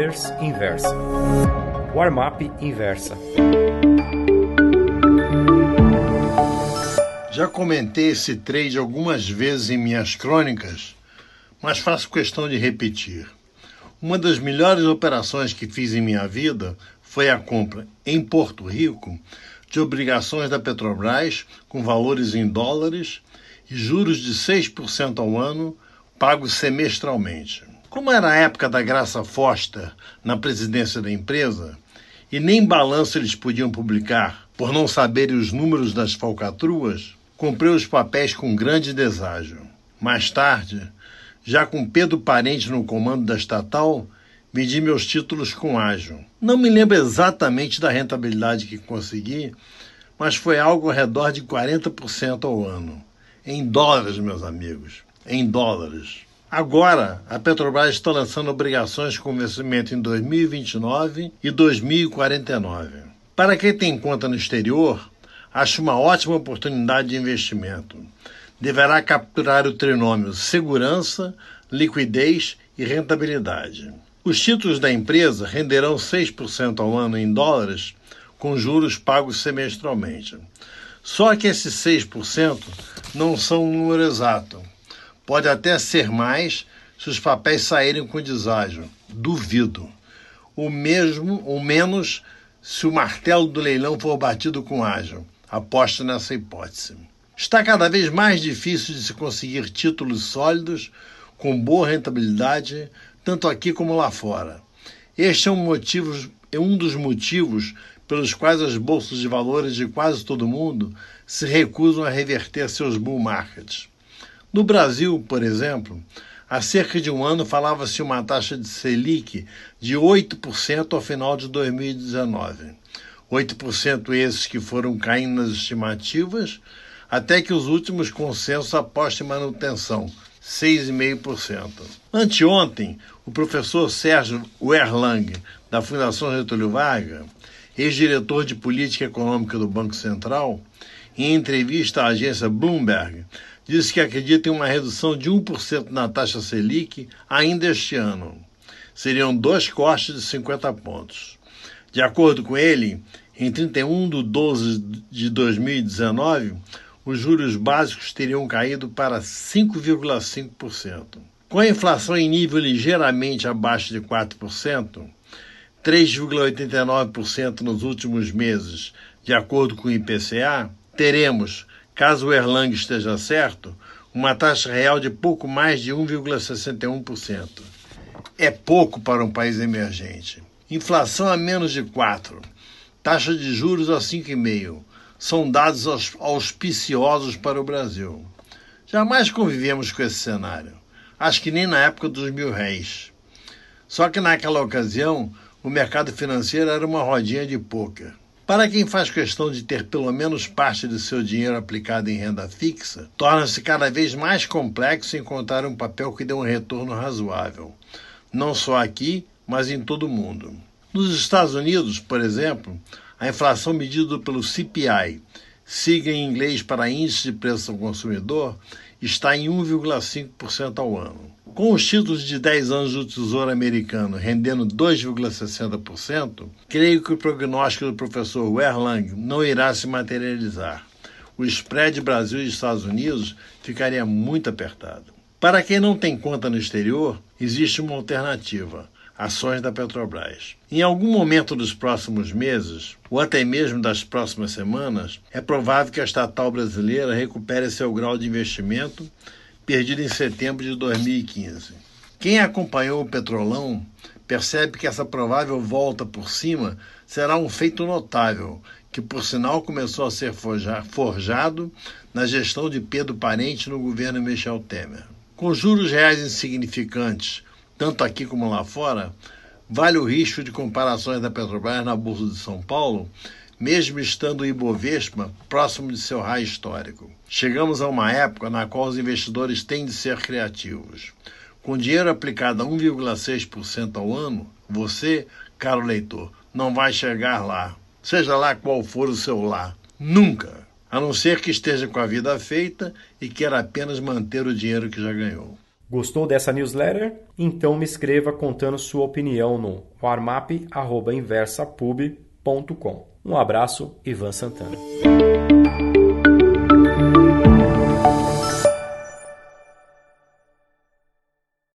Traders Inversa. Warm-up Inversa. Já comentei esse trade algumas vezes em minhas crônicas, mas faço questão de repetir. Uma das melhores operações que fiz em minha vida foi a compra em Porto Rico de obrigações da Petrobras com valores em dólares e juros de 6% ao ano, pagos semestralmente. Como era a época da Graça Foster na presidência da empresa, e nem balanço eles podiam publicar por não saberem os números das falcatruas, comprei os papéis com grande deságio. Mais tarde, já com Pedro Parente no comando da estatal, vendi meus títulos com ágio. Não me lembro exatamente da rentabilidade que consegui, mas foi algo ao redor de 40% ao ano. Em dólares, meus amigos, em dólares. Agora, a Petrobras está lançando obrigações com vencimento em 2029 e 2049. Para quem tem conta no exterior, acho uma ótima oportunidade de investimento. Deverá capturar o trinômio segurança, liquidez e rentabilidade. Os títulos da empresa renderão 6% ao ano em dólares, com juros pagos semestralmente. Só que esses 6% não são um número exato. Pode até ser mais se os papéis saírem com deságio. Duvido. Ou menos se o martelo do leilão for batido com ágio. Aposto nessa hipótese. Está cada vez mais difícil de se conseguir títulos sólidos com boa rentabilidade, tanto aqui como lá fora. Este é um dos motivos pelos quais as bolsas de valores de quase todo mundo se recusam a reverter seus bull markets. No Brasil, por exemplo, há cerca de um ano falava-se uma taxa de Selic de 8% ao final de 2019. 8% esses que foram caindo nas estimativas, até que os últimos consensos apostam em manutenção, 6,5%. Anteontem, o professor Sérgio Werlang, da Fundação Getúlio Vargas, ex-diretor de Política Econômica do Banco Central, em entrevista à agência Bloomberg, disse que acredita em uma redução de 1% na taxa Selic ainda este ano. Seriam 2 cortes de 50 pontos. De acordo com ele, em 31 de 12 de 2019, os juros básicos teriam caído para 5,5%. Com a inflação em nível ligeiramente abaixo de 4%, 3,89% nos últimos meses, de acordo com o IPCA, teremos, caso o Erlang esteja certo, uma taxa real de pouco mais de 1,61%. É pouco para um país emergente. Inflação a menos de 4%, taxa de juros a 5,5%. São dados auspiciosos para o Brasil. Jamais convivemos com esse cenário. Acho que nem na época dos mil-réis. Só que naquela ocasião, o mercado financeiro era uma rodinha de pôquer. Para quem faz questão de ter pelo menos parte de seu dinheiro aplicado em renda fixa, torna-se cada vez mais complexo encontrar um papel que dê um retorno razoável. Não só aqui, mas em todo o mundo. Nos Estados Unidos, por exemplo, a inflação medida pelo CPI, sigla em inglês para Índice de Preço ao Consumidor, está em 1,5% ao ano. Com os títulos de 10 anos do Tesouro Americano rendendo 2,60%, creio que o prognóstico do professor Werlang não irá se materializar. O spread Brasil e Estados Unidos ficaria muito apertado. Para quem não tem conta no exterior, existe uma alternativa: ações da Petrobras. Em algum momento dos próximos meses, ou até mesmo das próximas semanas, é provável que a estatal brasileira recupere seu grau de investimento perdido em setembro de 2015. Quem acompanhou o Petrolão percebe que essa provável volta por cima será um feito notável, que por sinal começou a ser forjado na gestão de Pedro Parente no governo Michel Temer. Com juros reais insignificantes, tanto aqui como lá fora, vale o risco de comparações da Petrobras na Bolsa de São Paulo, mesmo estando o Ibovespa próximo de seu high histórico. Chegamos a uma época na qual os investidores têm de ser criativos. Com dinheiro aplicado a 1,6% ao ano, você, caro leitor, não vai chegar lá. Seja lá qual for o seu lá. Nunca! A não ser que esteja com a vida feita e queira apenas manter o dinheiro que já ganhou. Gostou dessa newsletter? Então me escreva contando sua opinião no warmap@inversapub.com. Um abraço, Ivan Santana.